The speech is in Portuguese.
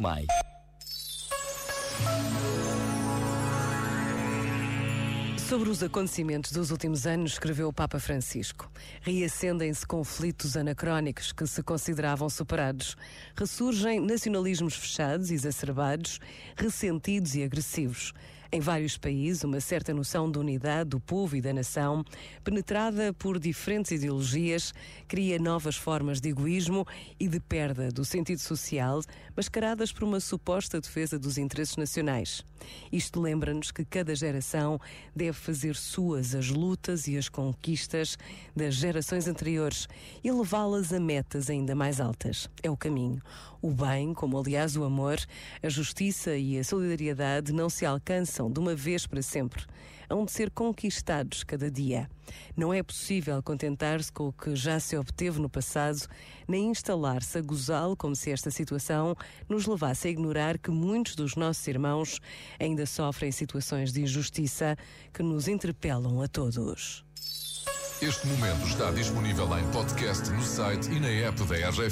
Mai. Sobre os acontecimentos dos últimos anos, escreveu o Papa Francisco. Reacendem-se conflitos anacrónicos que se consideravam superados. Ressurgem nacionalismos fechados, exacerbados, ressentidos e agressivos. Em vários países, uma certa noção de unidade do povo e da nação, penetrada por diferentes ideologias, cria novas formas de egoísmo e de perda do sentido social, mascaradas por uma suposta defesa dos interesses nacionais. Isto lembra-nos que cada geração deve fazer suas as lutas e as conquistas das gerações anteriores e levá-las a metas ainda mais altas. É o caminho. O bem, como aliás o amor, a justiça e a solidariedade não se alcançam de uma vez para sempre. Hão de ser conquistados cada dia. Não é possível contentar-se com o que já se obteve no passado, nem instalar-se a gozá-lo como se esta situação nos levasse a ignorar que muitos dos nossos irmãos ainda sofrem situações de injustiça que nos interpelam a todos. Este momento está disponível em podcast no site e na app da RGF.